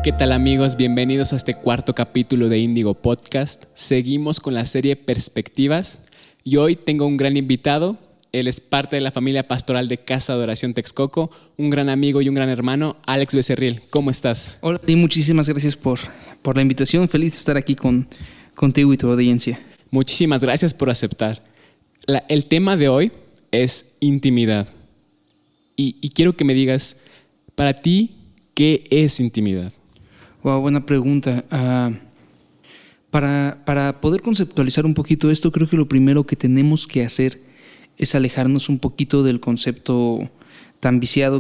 ¿Qué tal amigos? Bienvenidos a este cuarto capítulo de Índigo Podcast. Seguimos con la serie Perspectivas y hoy tengo un gran invitado. Él es parte de la familia pastoral de Casa de Oración Texcoco, un gran amigo y un gran hermano, Alex Becerril. ¿Cómo estás? Hola y muchísimas gracias por la invitación. Feliz de estar aquí contigo y tu audiencia. Muchísimas gracias por aceptar. El tema de hoy es intimidad. Y quiero que me digas, para ti, ¿qué es intimidad? Wow, buena pregunta. Para poder conceptualizar un poquito esto, creo que lo primero que tenemos que hacer es alejarnos un poquito del concepto tan viciado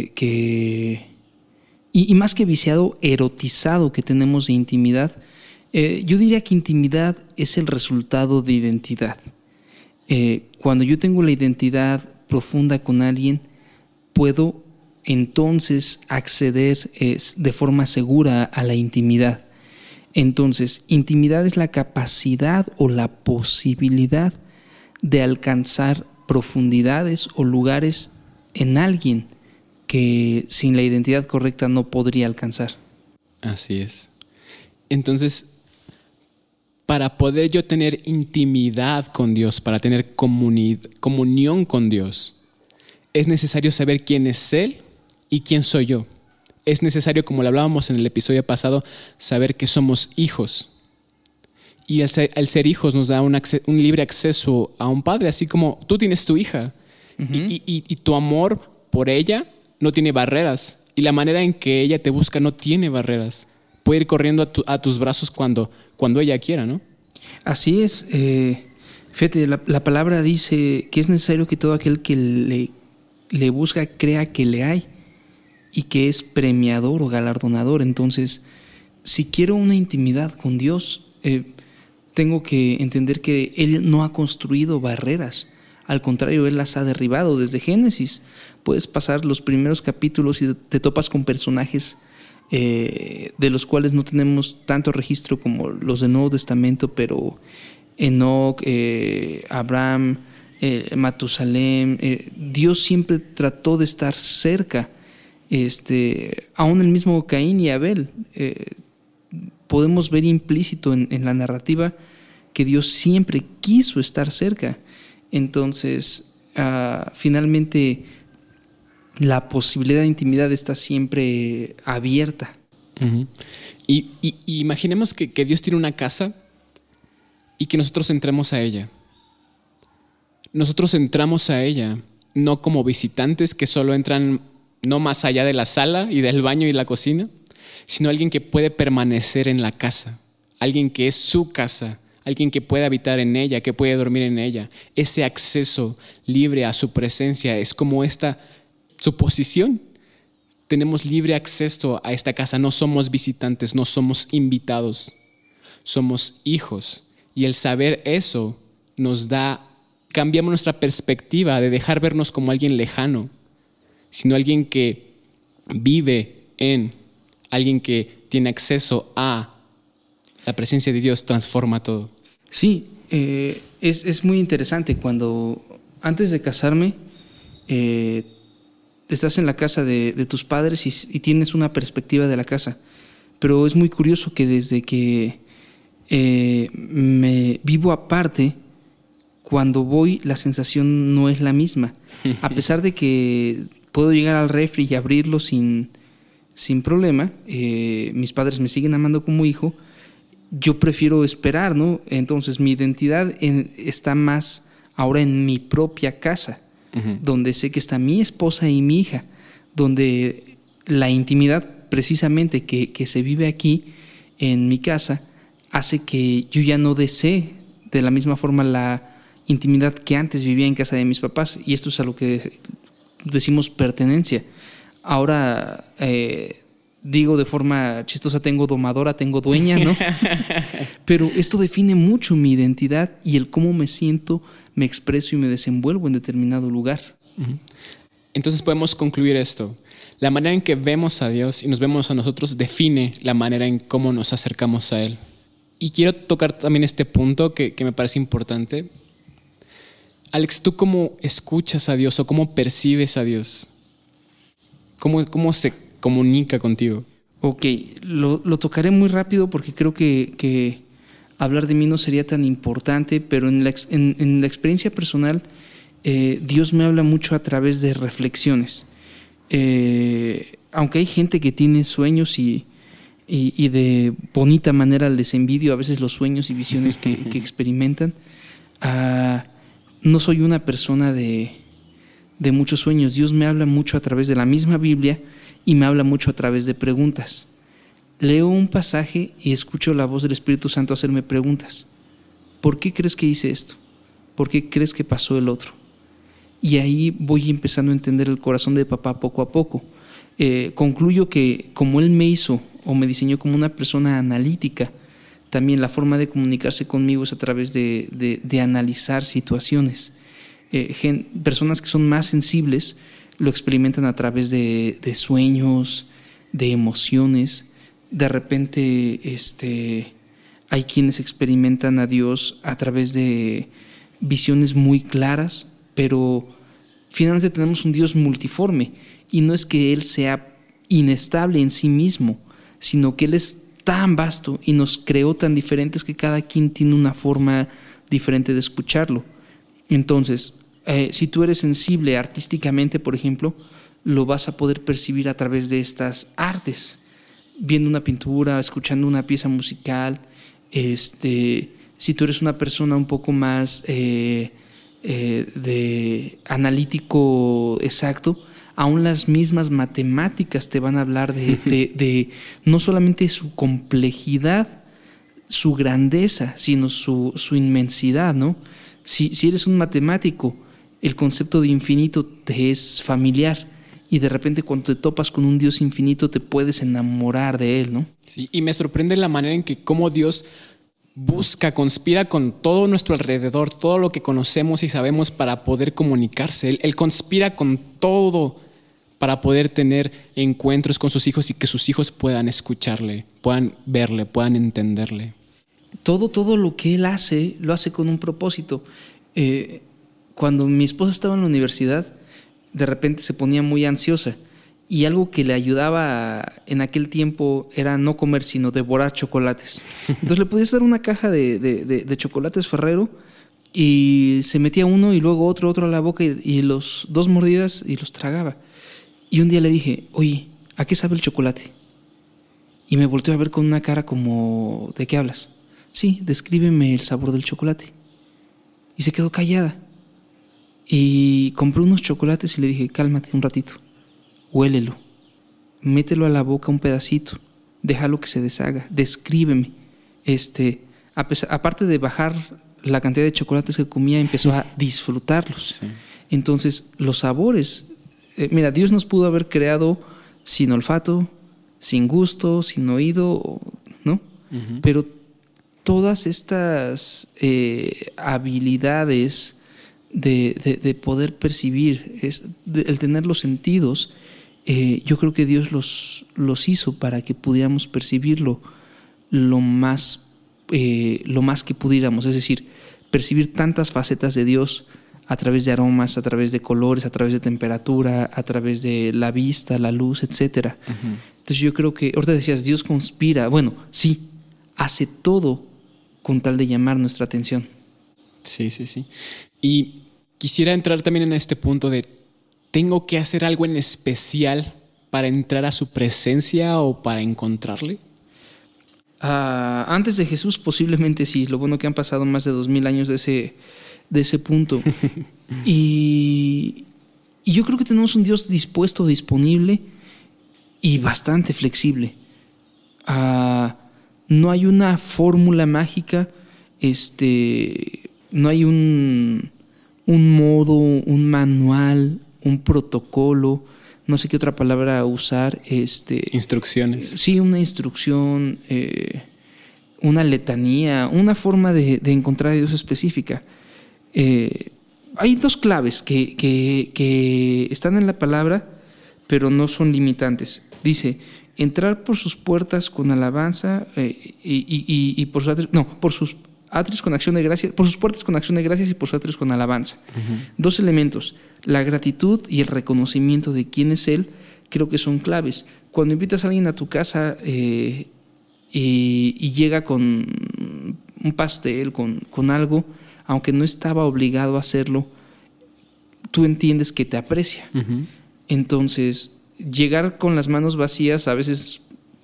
y más que viciado, erotizado que tenemos de intimidad. Yo diría que intimidad es el resultado de identidad. Cuando yo tengo la identidad profunda con alguien, puedo entonces acceder de forma segura a la intimidad. Entonces, intimidad es la capacidad o la posibilidad de alcanzar profundidades o lugares en alguien que sin la identidad correcta no podría alcanzar. Así es. Entonces, para poder yo tener intimidad con Dios, para tener comunión con Dios, es necesario saber quién es Él y quién soy yo. Es necesario, como lo hablábamos en el episodio pasado, saber que somos hijos. Y al ser hijos nos da un libre acceso a un padre, así como tú tienes tu hija. Uh-huh. Y tu amor por ella no tiene barreras. Y la manera en que ella te busca no tiene barreras. Puede ir corriendo a tus brazos cuando ella quiera, ¿no? Así es. Fíjate, la palabra dice que es necesario que todo aquel que le busca crea que le hay y que es premiador o galardonador. Entonces, si quiero una intimidad con Dios, tengo que entender que Él no ha construido barreras. Al contrario, Él las ha derribado. Desde Génesis puedes pasar los primeros capítulos y te topas con personajes de los cuales no tenemos tanto registro como los del Nuevo Testamento, pero Enoc, Abraham, Matusalem, Dios siempre trató de estar cerca. Aún el mismo Caín y Abel, podemos ver implícito en la narrativa que Dios siempre quiso estar cerca. Entonces, finalmente, la posibilidad de intimidad está siempre abierta. Uh-huh. Y imaginemos que Dios tiene una casa y que nosotros entremos a ella. Nosotros entramos a ella no como visitantes que solo entran no más allá de la sala y del baño y la cocina, sino alguien que puede permanecer en la casa, alguien que es su casa, alguien que puede habitar en ella, que puede dormir en ella. Ese acceso libre a su presencia es como su posición. Tenemos libre acceso a esta casa, no somos visitantes, no somos invitados, somos hijos. Y el saber eso cambiamos nuestra perspectiva de dejar vernos como alguien lejano, sino alguien que vive alguien que tiene acceso a la presencia de Dios, transforma todo. Sí, es muy interesante cuando antes de casarme estás en la casa de tus padres y tienes una perspectiva de la casa, pero es muy curioso que desde que me vivo aparte, cuando voy la sensación no es la misma, a pesar de que puedo llegar al refri y abrirlo sin problema. Mis padres me siguen amando como hijo. Yo prefiero esperar, ¿no? Entonces mi identidad está más ahora en mi propia casa, uh-huh, donde sé que está mi esposa y mi hija, donde la intimidad precisamente que se vive aquí en mi casa hace que yo ya no desee de la misma forma la intimidad que antes vivía en casa de mis papás. Y esto es a lo que decimos pertenencia. Ahora digo de forma chistosa, tengo domadora, tengo dueña, ¿no? Pero esto define mucho mi identidad y el cómo me siento, me expreso y me desenvuelvo en determinado lugar. Uh-huh. Entonces podemos concluir esto. La manera en que vemos a Dios y nos vemos a nosotros define la manera en cómo nos acercamos a Él. Y quiero tocar también este punto que me parece importante. Alex, ¿tú cómo escuchas a Dios o cómo percibes a Dios? ¿Cómo se comunica contigo? Ok, lo tocaré muy rápido porque creo que hablar de mí no sería tan importante, pero en la experiencia personal, Dios me habla mucho a través de reflexiones. Aunque hay gente que tiene sueños y de bonita manera les envidio a veces los sueños y visiones que experimentan, no soy una persona de muchos sueños. Dios me habla mucho a través de la misma Biblia y me habla mucho a través de preguntas. Leo un pasaje y escucho la voz del Espíritu Santo hacerme preguntas. ¿Por qué crees que hice esto? ¿Por qué crees que pasó el otro? Y ahí voy empezando a entender el corazón de papá poco a poco. Concluyo que como él me hizo o me diseñó como una persona analítica, también la forma de comunicarse conmigo es a través de analizar situaciones. Personas que son más sensibles lo experimentan a través de sueños, de emociones. De repente hay quienes experimentan a Dios a través de visiones muy claras, pero finalmente tenemos un Dios multiforme, y no es que Él sea inestable en sí mismo, sino que Él es tan vasto y nos creó tan diferentes que cada quien tiene una forma diferente de escucharlo. Entonces, si tú eres sensible artísticamente, por ejemplo, lo vas a poder percibir a través de estas artes, viendo una pintura, escuchando una pieza musical. Si tú eres una persona un poco más de analítico exacto, aún las mismas matemáticas te van a hablar de no solamente su complejidad, su grandeza, sino su inmensidad, ¿no? Si eres un matemático, el concepto de infinito te es familiar, y de repente cuando te topas con un Dios infinito te puedes enamorar de Él, ¿no? Sí, y me sorprende la manera en que cómo Dios conspira con todo nuestro alrededor, todo lo que conocemos y sabemos para poder comunicarse. Él conspira con todo para poder tener encuentros con sus hijos y que sus hijos puedan escucharle, puedan verle, puedan entenderle. Todo lo que Él hace, lo hace con un propósito. Cuando mi esposa estaba en la universidad, de repente se ponía muy ansiosa, y algo que le ayudaba en aquel tiempo era no comer, sino devorar chocolates. Entonces le podías dar una caja de chocolates Ferrero y se metía uno y luego otro a la boca, y los 2 mordidas y los tragaba. Y un día le dije, oye, ¿a qué sabe el chocolate? Y me volteó a ver con una cara como, ¿de qué hablas? Sí, descríbeme el sabor del chocolate. Y se quedó callada. Y compré unos chocolates y le dije, cálmate un ratito, huélelo, mételo a la boca un pedacito, déjalo que se deshaga, descríbeme. Aparte de bajar la cantidad de chocolates que comía, empezó a disfrutarlos. Sí. Entonces, los sabores, mira, Dios nos pudo haber creado sin olfato, sin gusto, sin oído, ¿no? Uh-huh. Pero todas estas habilidades de poder percibir, el tener los sentidos, yo creo que Dios los hizo para que pudiéramos percibirlo lo más que pudiéramos, es decir, percibir tantas facetas de Dios a través de aromas, a través de colores, a través de temperatura, a través de la vista, la luz, etcétera. Uh-huh. Entonces yo creo que, ahorita decías, Dios conspira, bueno, sí, hace todo con tal de llamar nuestra atención. Sí. Y quisiera entrar también en este punto de, ¿tengo que hacer algo en especial para entrar a su presencia o para encontrarle? Antes de Jesús posiblemente sí. Lo bueno que han pasado más de 2000 años de ese punto. y yo creo que tenemos un Dios dispuesto, disponible y bastante flexible. No hay una fórmula mágica, no hay un modo, un manual, un protocolo, no sé qué otra palabra usar. Instrucciones. Sí, una instrucción, una letanía, una forma de encontrar a Dios específica. Hay 2 claves que están en la palabra, pero no son limitantes. Dice, entrar por sus puertas con alabanza y por sus atrios con acción de gracias, por sus puertas con acción de gracias y por sus atrios con alabanza. Uh-huh. 2 elementos, la gratitud y el reconocimiento de quién es Él, creo que son claves. Cuando invitas a alguien a tu casa y llega con un pastel, con algo, aunque no estaba obligado a hacerlo, tú entiendes que te aprecia. Uh-huh. Entonces, llegar con las manos vacías a veces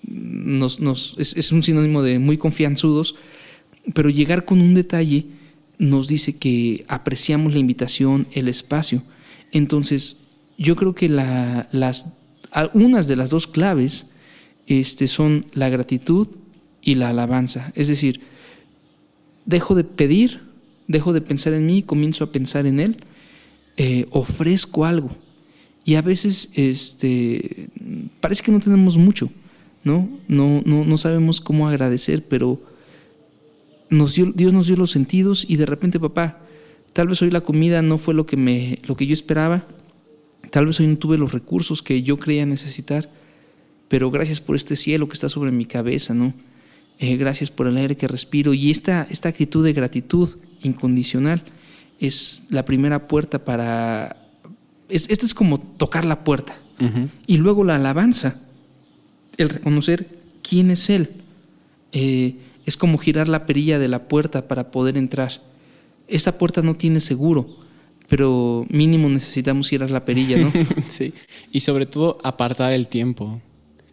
es un sinónimo de muy confianzudos, pero llegar con un detalle nos dice que apreciamos la invitación, el espacio. Entonces, yo creo que unas de las dos claves son la gratitud y la alabanza. Es decir, dejo de pedir, dejo de pensar en mí, comienzo a pensar en Él, ofrezco algo. Y a veces parece que no tenemos mucho, ¿no? No sabemos cómo agradecer, pero Dios nos dio los sentidos y de repente, papá, tal vez hoy la comida no fue lo que yo esperaba, tal vez hoy no tuve los recursos que yo creía necesitar, pero gracias por este cielo que está sobre mi cabeza, ¿no? Gracias por el aire que respiro. Y esta actitud de gratitud incondicional es la primera puerta para... Esta es como tocar la puerta. Uh-huh. Y luego la alabanza, el reconocer quién es Él. Es como girar la perilla de la puerta para poder entrar. Esta puerta no tiene seguro, pero mínimo necesitamos girar la perilla, ¿no? Sí, y sobre todo apartar el tiempo.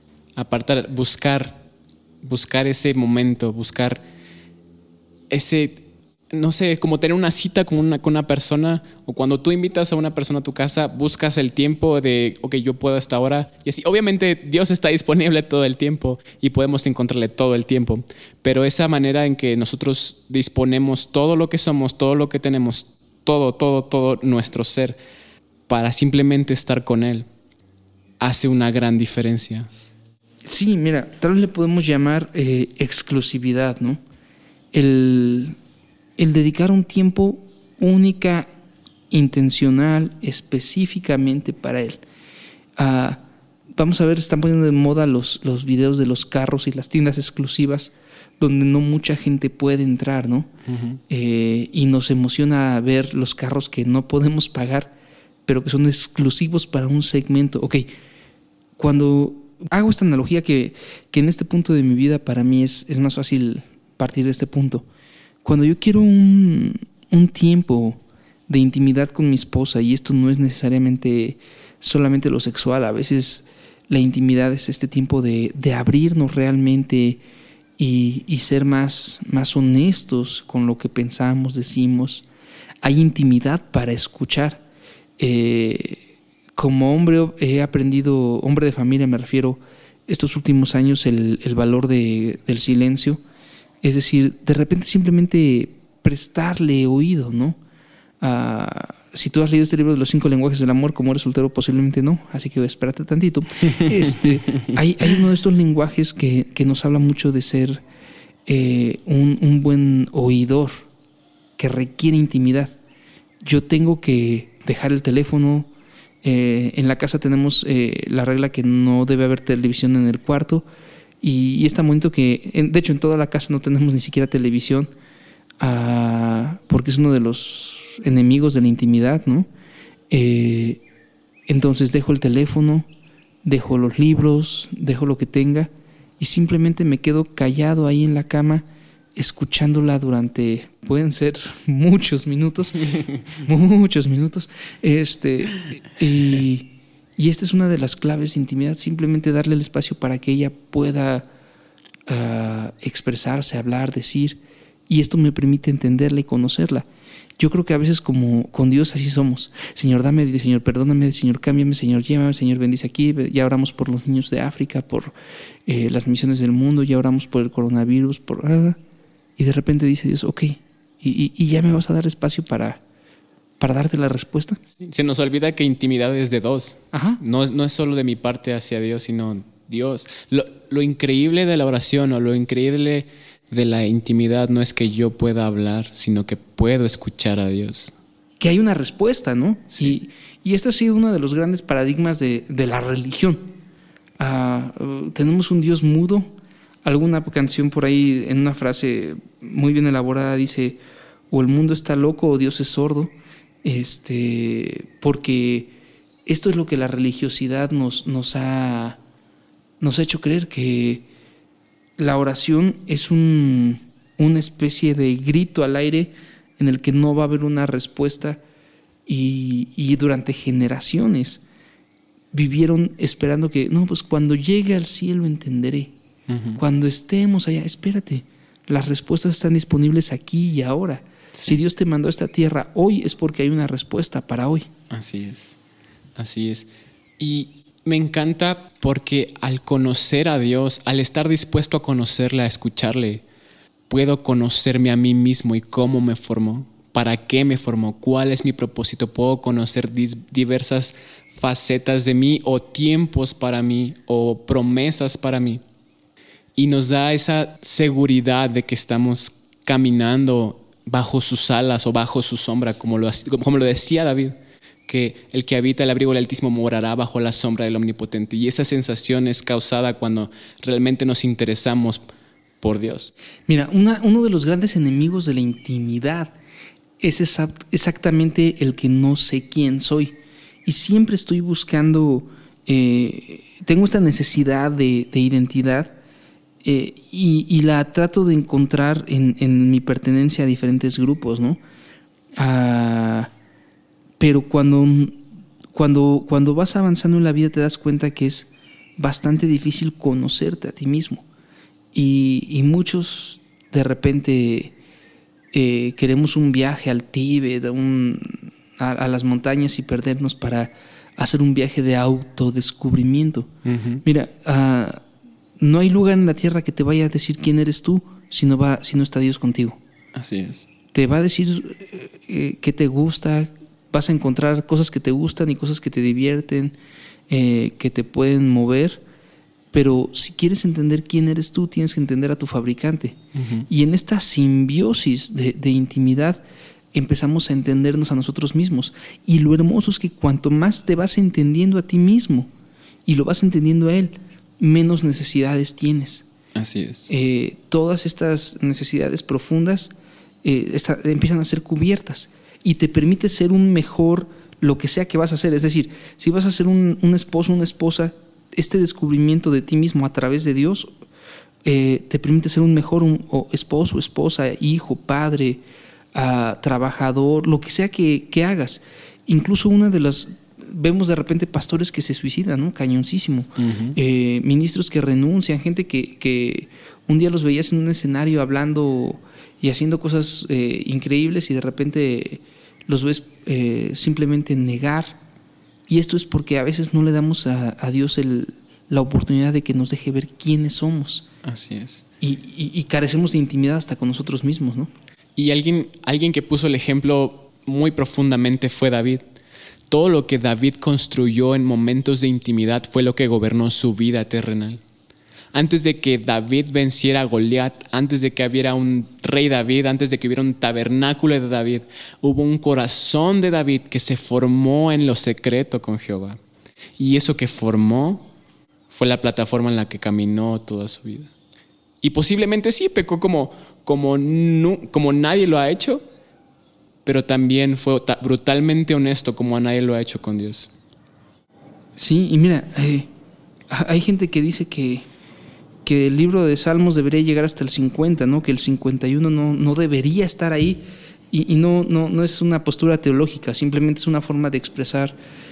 Buscar ese momento, buscar ese... No sé, como tener una cita con una persona, o cuando tú invitas a una persona a tu casa, buscas el tiempo de, ok, yo puedo a esta hora. Y así, obviamente Dios está disponible todo el tiempo y podemos encontrarle todo el tiempo. Pero esa manera en que nosotros disponemos todo lo que somos, todo lo que tenemos, todo nuestro ser, para simplemente estar con Él, hace una gran diferencia. Sí, mira, tal vez le podemos llamar exclusividad, ¿no? El dedicar un tiempo única, intencional, específicamente para Él. Vamos a ver, están poniendo de moda los videos de los carros y las tiendas exclusivas donde no mucha gente puede entrar, ¿no? Uh-huh. Y nos emociona ver los carros que no podemos pagar, pero que son exclusivos para un segmento. Ok, cuando hago esta analogía que en este punto de mi vida para mí es más fácil partir de este punto. Cuando yo quiero un tiempo de intimidad con mi esposa, y esto no es necesariamente solamente lo sexual, a veces la intimidad es este tiempo de abrirnos realmente y ser más honestos con lo que pensamos, decimos. Hay intimidad para escuchar. Como hombre he aprendido, hombre de familia me refiero, estos últimos años el valor del silencio. Es decir, de repente simplemente prestarle oído, ¿no? Si tú has leído este libro de los 5 lenguajes del amor, como eres soltero, posiblemente no, así que espérate tantito. Hay uno de estos lenguajes que nos habla mucho de ser un buen oidor, que requiere intimidad. Yo tengo que dejar el teléfono. En la casa tenemos la regla que no debe haber televisión en el cuarto. Y es tan bonito que, de hecho, en toda la casa no tenemos ni siquiera televisión, porque es uno de los enemigos de la intimidad, ¿no? Entonces dejo el teléfono, dejo los libros, dejo lo que tenga y simplemente me quedo callado ahí en la cama, escuchándola durante, pueden ser muchos minutos, Y esta es una de las claves de intimidad, simplemente darle el espacio para que ella pueda expresarse, hablar, decir. Y esto me permite entenderla y conocerla. Yo creo que a veces como con Dios así somos. Señor, dame, Señor, perdóname, Señor, cámbiame, Señor, llévame, Señor, bendice aquí. Ya oramos por los niños de África, por las misiones del mundo, ya oramos por el coronavirus, y de repente dice Dios, ok, y ya me vas a dar espacio para darte la respuesta. Sí, se nos olvida que intimidad es de dos. Ajá. No es solo de mi parte hacia Dios, sino Dios. Lo increíble de la oración o lo increíble de la intimidad no es que yo pueda hablar, sino que puedo escuchar a Dios. Que hay una respuesta, ¿no? Sí. Y este ha sido uno de los grandes paradigmas de la religión. Tenemos un Dios mudo. Alguna canción por ahí, en una frase muy bien elaborada, dice: o el mundo está loco o Dios es sordo. Porque Esto es lo que la religiosidad nos ha hecho creer, que la oración es una especie de grito al aire en el que no va a haber una respuesta, y durante generaciones vivieron esperando que, no, pues cuando llegue al cielo entenderé. Cuando estemos allá, espérate, las respuestas están disponibles aquí y ahora. Si Dios te mandó a esta tierra hoy, es porque hay una respuesta para hoy. Así es. Y me encanta porque al conocer a Dios, al estar dispuesto a conocerle, a escucharle, puedo conocerme a mí mismo y cómo me formó, para qué me formó, cuál es mi propósito. Puedo conocer diversas facetas de mí, o tiempos para mí, o promesas para mí. Y nos da esa seguridad de que estamos caminando bajo sus alas o bajo su sombra, como lo decía David, que el que habita el abrigo del Altísimo morará bajo la sombra del Omnipotente. Y esa sensación es causada cuando realmente nos interesamos por Dios. Mira, uno de los grandes enemigos de la intimidad es exactamente el que no sé quién soy. Y siempre estoy buscando, tengo esta necesidad de identidad, y la trato de encontrar en mi pertenencia a diferentes grupos, ¿no? Pero cuando vas avanzando en la vida te das cuenta que es bastante difícil conocerte a ti mismo. Y muchos de repente queremos un viaje al Tíbet, a las montañas, y perdernos para hacer un viaje de autodescubrimiento. Mira, no hay lugar en la tierra que te vaya a decir quién eres tú si no está Dios contigo. Así es. Te va a decir qué te gusta, vas a encontrar cosas que te gustan y cosas que te divierten, que te pueden mover, pero si quieres entender quién eres tú, tienes que entender a tu fabricante. Y en esta simbiosis de intimidad empezamos a entendernos a nosotros mismos. Y lo hermoso es que cuanto más te vas entendiendo a ti mismo y lo vas entendiendo a él, menos necesidades tienes. Así es. Todas estas necesidades profundas empiezan a ser cubiertas, y te permite ser un mejor lo que sea que vas a hacer. Es decir, si vas a ser un esposo, una esposa, este descubrimiento de ti mismo a través de Dios te permite ser un mejor esposo, esposa, hijo, padre, trabajador, lo que sea que hagas. Incluso vemos de repente pastores que se suicidan, ¿no? Cañoncísimo. Ministros que renuncian, gente que un día los veías en un escenario hablando y haciendo cosas increíbles, y de repente los ves simplemente negar. Y esto es porque a veces no le damos a Dios la oportunidad de que nos deje ver quiénes somos. Así es. Y carecemos de intimidad hasta con nosotros mismos, ¿no? Y alguien que puso el ejemplo muy profundamente fue David. Todo lo que David construyó en momentos de intimidad fue lo que gobernó su vida terrenal. Antes de que David venciera a Goliat, antes de que hubiera un rey David, antes de que hubiera un tabernáculo de David, hubo un corazón de David que se formó en lo secreto con Jehová. Y eso que formó fue la plataforma en la que caminó toda su vida. Y posiblemente sí, pecó como nadie lo ha hecho, pero también fue brutalmente honesto como a nadie lo ha hecho con Dios. Sí, y mira, hay gente que dice que el libro de Salmos debería llegar hasta el 50, ¿no? Que el 51 no debería estar ahí, y no es una postura teológica, simplemente es una forma de expresar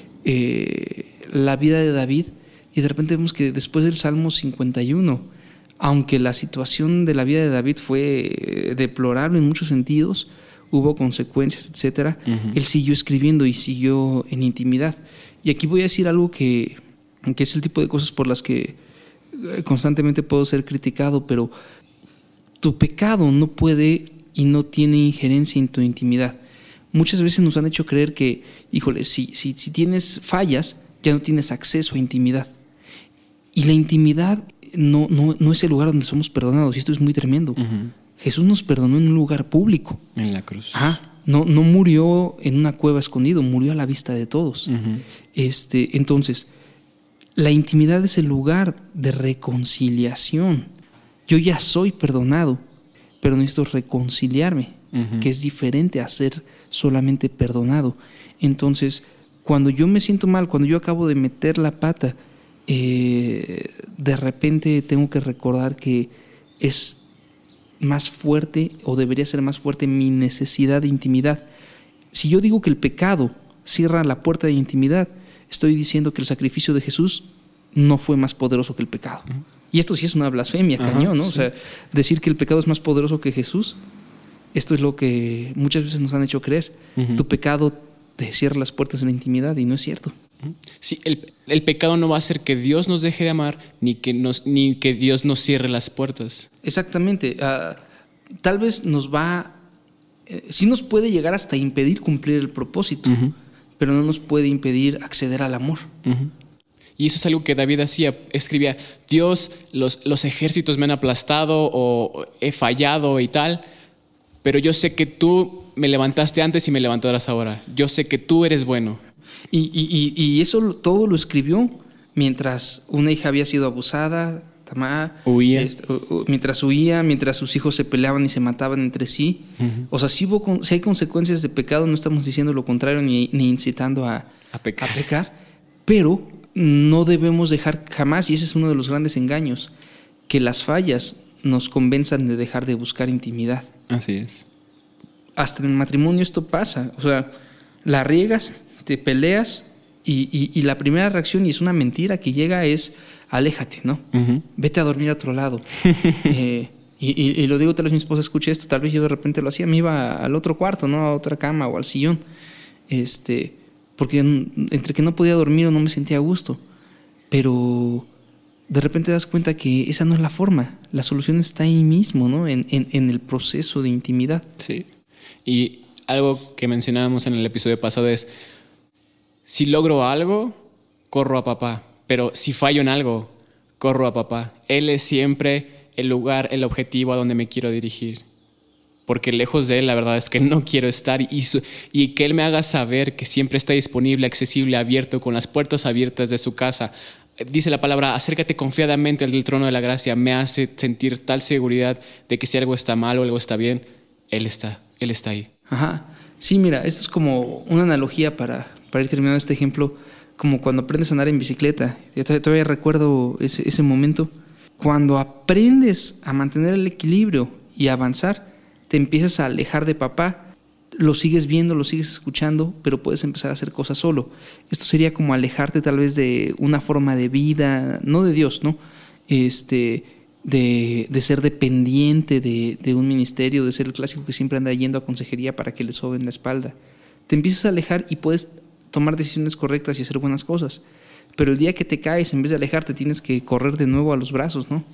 la vida de David. Y de repente vemos que después del Salmo 51, aunque la situación de la vida de David fue deplorable en muchos sentidos, hubo consecuencias, etcétera, él siguió escribiendo y siguió en intimidad. Y aquí voy a decir algo que es el tipo de cosas por las que constantemente puedo ser criticado, pero tu pecado no puede y no tiene injerencia en tu intimidad. Muchas veces nos han hecho creer que, híjole, si tienes fallas, ya no tienes acceso a intimidad. Y la intimidad no es el lugar donde somos perdonados, y esto es muy tremendo. Jesús nos perdonó en un lugar público. En la cruz. No murió en una cueva escondido, murió a la vista de todos. Entonces, la intimidad es el lugar de reconciliación. Yo ya soy perdonado, pero necesito reconciliarme, que es diferente a ser solamente perdonado. Entonces, cuando yo me siento mal, cuando yo acabo de meter la pata, de repente tengo que recordar que es más fuerte, o debería ser más fuerte, mi necesidad de intimidad. Si yo digo que el pecado cierra la puerta de intimidad, estoy diciendo que el sacrificio de Jesús no fue más poderoso que el pecado. Y esto sí es una blasfemia, cañón, ¿no? Sí. O sea, decir que el pecado es más poderoso que Jesús, esto es lo que muchas veces nos han hecho creer. Tu pecado te cierra las puertas de la intimidad, y no es cierto. Sí, el pecado no va a hacer que Dios nos deje de amar, ni que Dios nos cierre las puertas. Exactamente. Tal vez sí nos puede llegar hasta impedir cumplir el propósito, pero no nos puede impedir acceder al amor. Y eso es algo que David hacía. Escribía: Dios, los ejércitos me han aplastado, o he fallado y tal, pero yo sé que tú me levantaste antes y me levantarás ahora. Yo sé que tú eres bueno. Y eso todo lo escribió mientras una hija había sido abusada, Tamar, mientras huía, mientras sus hijos se peleaban y se mataban entre sí. O sea, si hay consecuencias de pecado, no estamos diciendo lo contrario ni incitando a pecar, pero no debemos dejar jamás, y ese es uno de los grandes engaños, que las fallas nos convenzan de dejar de buscar intimidad. Así es. Hasta en el matrimonio esto pasa. O sea, la riegas, te peleas, y la primera reacción, y es una mentira que llega, es: aléjate, ¿no? Vete a dormir a otro lado. Y lo digo, tal vez mi esposa escuche esto, tal vez yo de repente lo hacía, me iba al otro cuarto, ¿no? A otra cama o al sillón, porque entre que no podía dormir o no me sentía a gusto. Pero de repente te das cuenta que esa no es la forma. La solución está ahí mismo, ¿no? En el proceso de intimidad. Sí. Y algo que mencionábamos en el episodio pasado es: si logro algo, corro a papá. Pero si fallo en algo, corro a papá. Él es siempre el lugar, el objetivo a donde me quiero dirigir. Porque lejos de él, la verdad es que no quiero estar. Y que él me haga saber que siempre está disponible, accesible, abierto, con las puertas abiertas de su casa. Dice la palabra: acércate confiadamente al del trono de la gracia. Me hace sentir tal seguridad de que si algo está mal o algo está bien, Él está ahí. Ajá. Sí, mira, esto es como una analogía para ir terminando este ejemplo, como cuando aprendes a andar en bicicleta. Yo todavía recuerdo ese momento. Cuando aprendes a mantener el equilibrio y a avanzar, te empiezas a alejar de papá. Lo sigues viendo, lo sigues escuchando, pero puedes empezar a hacer cosas solo. Esto sería como alejarte tal vez de una forma de vida, no de Dios, ¿no? De ser dependiente de un ministerio, de ser el clásico que siempre anda yendo a consejería para que le soben la espalda. Te empiezas a alejar y puedes tomar decisiones correctas y hacer buenas cosas. Pero el día que te caes, en vez de alejarte, tienes que correr de nuevo a los brazos, ¿no?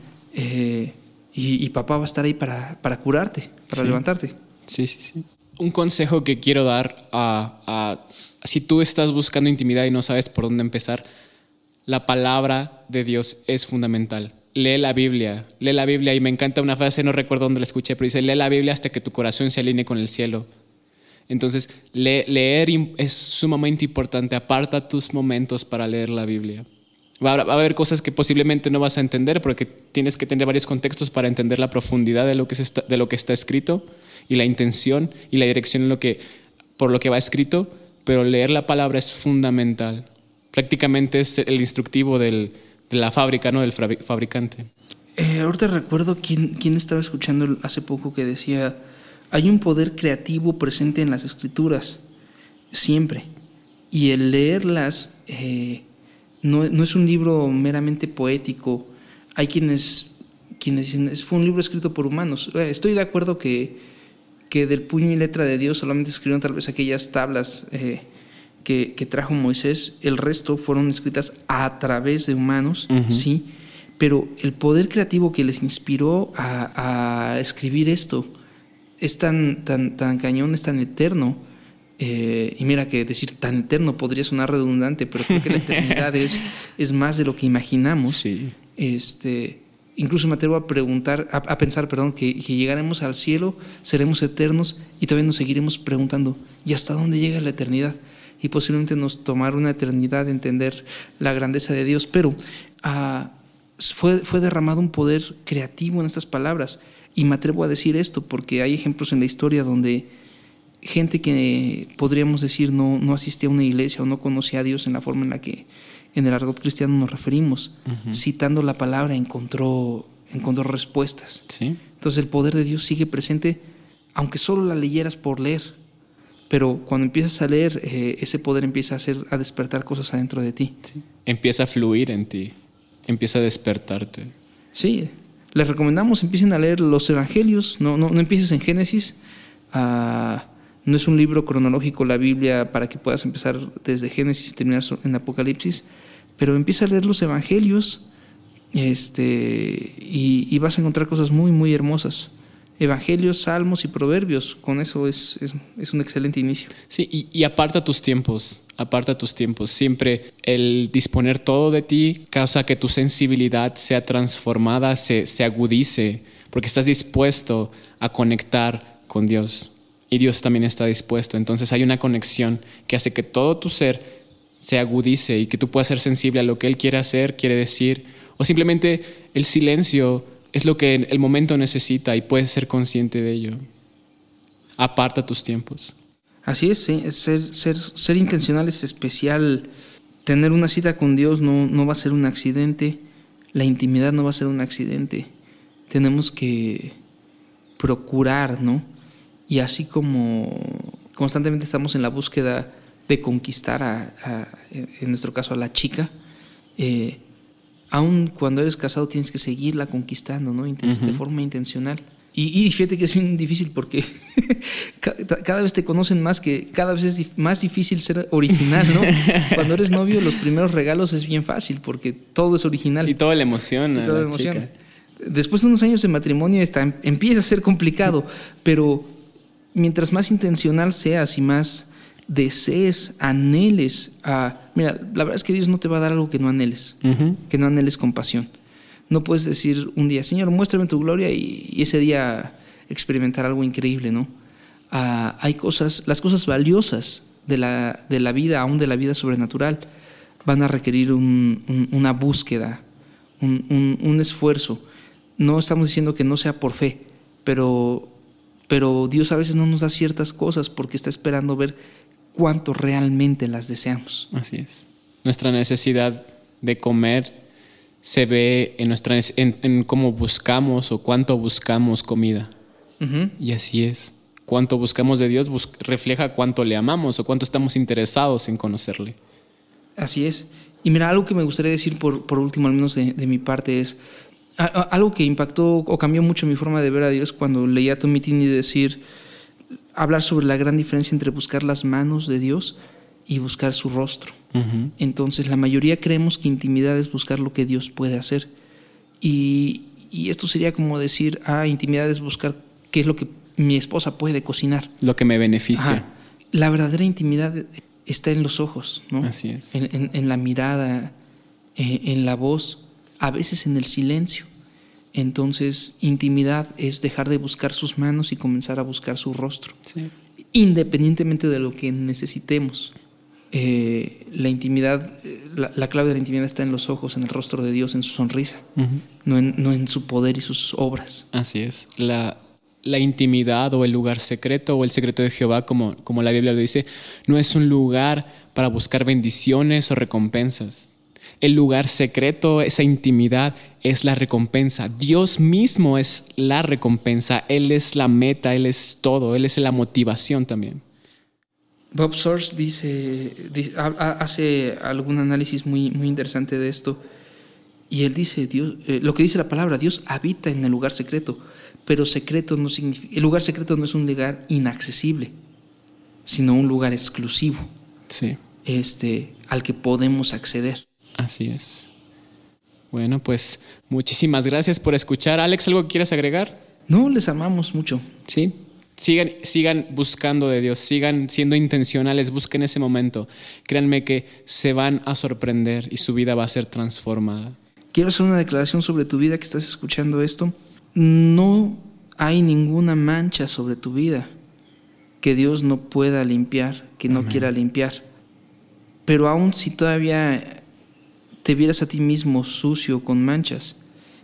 Y papá va a estar ahí para curarte, para levantarte. Sí. Un consejo que quiero dar si tú estás buscando intimidad y no sabes por dónde empezar, la palabra de Dios es fundamental. Lee la Biblia, y me encanta una frase, no recuerdo dónde la escuché, pero dice: lee la Biblia hasta que tu corazón se alinee con el cielo. Entonces, leer es sumamente importante. Aparta tus momentos para leer la Biblia. Va a haber cosas que posiblemente no vas a entender, porque tienes que tener varios contextos para entender la profundidad de lo que está escrito, y la intención y la dirección por lo que va escrito, pero leer la palabra es fundamental. Prácticamente es el instructivo de la fábrica, ¿no? Del fabricante. Ahorita recuerdo quién estaba escuchando hace poco que decía: hay un poder creativo presente en las escrituras, siempre. Y el leerlas no es un libro meramente poético. Hay quienes dicen: fue un libro escrito por humanos. Estoy de acuerdo que del puño y letra de Dios solamente escribieron tal vez aquellas tablas que trajo Moisés. El resto fueron escritas a través de humanos, sí. Pero el poder creativo que les inspiró a escribir esto es tan cañón, es tan eterno. Y mira que decir tan eterno podría sonar redundante, pero creo que la eternidad es más de lo que imaginamos. Sí. Incluso me atrevo a pensar, que llegaremos al cielo, seremos eternos y todavía nos seguiremos preguntando: ¿y hasta dónde llega la eternidad? Y posiblemente nos tomará una eternidad entender la grandeza de Dios, pero fue derramado un poder creativo en estas palabras. Y me atrevo a decir esto porque hay ejemplos en la historia donde gente que podríamos decir no asistía a una iglesia o no conocía a Dios en la forma en la que en el argot cristiano nos referimos, citando la palabra encontró respuestas. Sí. Entonces el poder de Dios sigue presente, aunque solo la leyeras por leer. Pero cuando empiezas a leer, ese poder empieza a despertar cosas adentro de ti. Sí. Empieza a fluir en ti, empieza a despertarte. Sí, les recomendamos empiecen a leer los evangelios, no empieces en Génesis. No es un libro cronológico la Biblia para que puedas empezar desde Génesis y terminar en Apocalipsis, pero empieza a leer los evangelios y vas a encontrar cosas muy, muy hermosas. Evangelios, salmos y proverbios, con eso es un excelente inicio. Sí, y aparta tus tiempos. Siempre el disponer todo de ti causa que tu sensibilidad sea transformada, se agudice, porque estás dispuesto a conectar con Dios. Y Dios también está dispuesto. Entonces hay una conexión que hace que todo tu ser se agudice y que tú puedas ser sensible a lo que Él quiere hacer, quiere decir, o simplemente el silencio es lo que el momento necesita y puedes ser consciente de ello. Aparta tus tiempos. Así es, sí. Ser intencional es especial. Tener una cita con Dios no va a ser un accidente. La intimidad no va a ser un accidente. Tenemos que procurar, ¿no? Y así como constantemente estamos en la búsqueda de conquistar en nuestro caso a la chica, aun cuando eres casado tienes que seguirla conquistando, ¿no? De forma intencional. Y fíjate que es bien difícil porque cada vez te conocen más, que cada vez es más difícil ser original, ¿no? Cuando eres novio, los primeros regalos es bien fácil porque todo es original. Y todo le emociona. Chica. Después de unos años de matrimonio empieza a ser complicado, pero mientras más intencional seas y más desees, anheles mira, la verdad es que Dios no te va a dar algo que no anheles, que no anheles con pasión. No puedes decir un día, Señor, muéstrame tu gloria, y ese día experimentar algo increíble, ¿no? Hay las cosas valiosas de la vida, aún de la vida sobrenatural, van a requerir una búsqueda, un esfuerzo. No estamos diciendo que no sea por fe, pero Dios a veces no nos da ciertas cosas porque está esperando ver cuánto realmente las deseamos. Así es. Nuestra necesidad de comer se ve en cómo buscamos o cuánto buscamos comida. Y así es. Cuánto buscamos de Dios refleja cuánto le amamos o cuánto estamos interesados en conocerle. Así es. Y mira, algo que me gustaría decir por último, al menos de mi parte, es algo que impactó o cambió mucho mi forma de ver a Dios cuando leía a Tommy Tini hablar sobre la gran diferencia entre buscar las manos de Dios y buscar su rostro. Entonces la mayoría creemos que intimidad es buscar lo que Dios puede hacer, y esto sería como decir, intimidad es buscar qué es lo que mi esposa puede cocinar, lo que me beneficia. La verdadera intimidad está en los ojos, ¿no? Así es. En la mirada, en la voz, a veces en el silencio. Entonces intimidad es dejar de buscar sus manos y comenzar a buscar su rostro, sí, independientemente de lo que necesitemos. La intimidad, la clave de la intimidad está en los ojos, en el rostro de Dios, en su sonrisa, no en su poder y sus obras. Así es. La intimidad o el lugar secreto o el secreto de Jehová, como la Biblia lo dice, no es un lugar para buscar bendiciones o recompensas. El lugar secreto, esa intimidad, es la recompensa. Dios mismo es la recompensa. Él es la meta, Él es todo. Él es la motivación también. Bob Sorge hace algún análisis muy, muy interesante de esto, y él dice, lo que dice la palabra, Dios habita en el lugar secreto, pero el lugar secreto no es un lugar inaccesible, sino un lugar exclusivo, sí, al que podemos acceder. Así es. Bueno, pues muchísimas gracias por escuchar. Alex, ¿algo que quieras agregar? No, les amamos mucho. Sí. Sigan buscando de Dios, sigan siendo intencionales, busquen ese momento. Créanme que se van a sorprender y su vida va a ser transformada. Quiero hacer una declaración sobre tu vida que estás escuchando esto. No hay ninguna mancha sobre tu vida que Dios no pueda limpiar, que no quiera limpiar. Pero aun si todavía te vieras a ti mismo sucio, con manchas,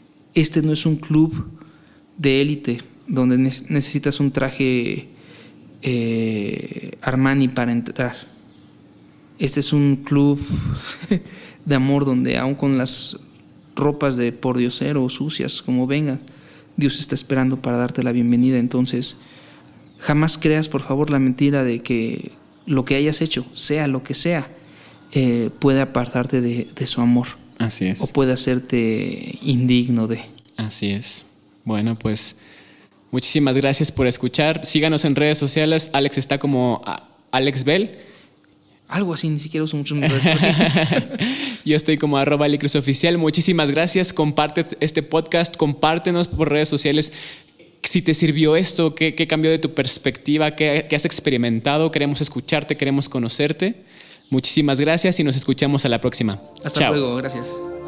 no es un club de élite donde necesitas un traje Armani para entrar. Este es un club de amor donde aun con las ropas de pordiosero o sucias como vengan, Dios está esperando para darte la bienvenida. Entonces, jamás creas, por favor, la mentira de que lo que hayas hecho, sea lo que sea, puede apartarte de su amor. Así es. O puede hacerte indigno de. Así es. Bueno, pues muchísimas gracias por escuchar. Síganos en redes sociales. Alex está como Alex Bell. Algo así, ni siquiera uso muchos redes sociales. Yo estoy como @licrusoficial. Muchísimas gracias. Comparte este podcast, compártenos por redes sociales. Si te sirvió esto, qué cambió de tu perspectiva, qué has experimentado. Queremos escucharte, queremos conocerte. Muchísimas gracias y nos escuchamos a la próxima. Hasta Chao. luego, gracias.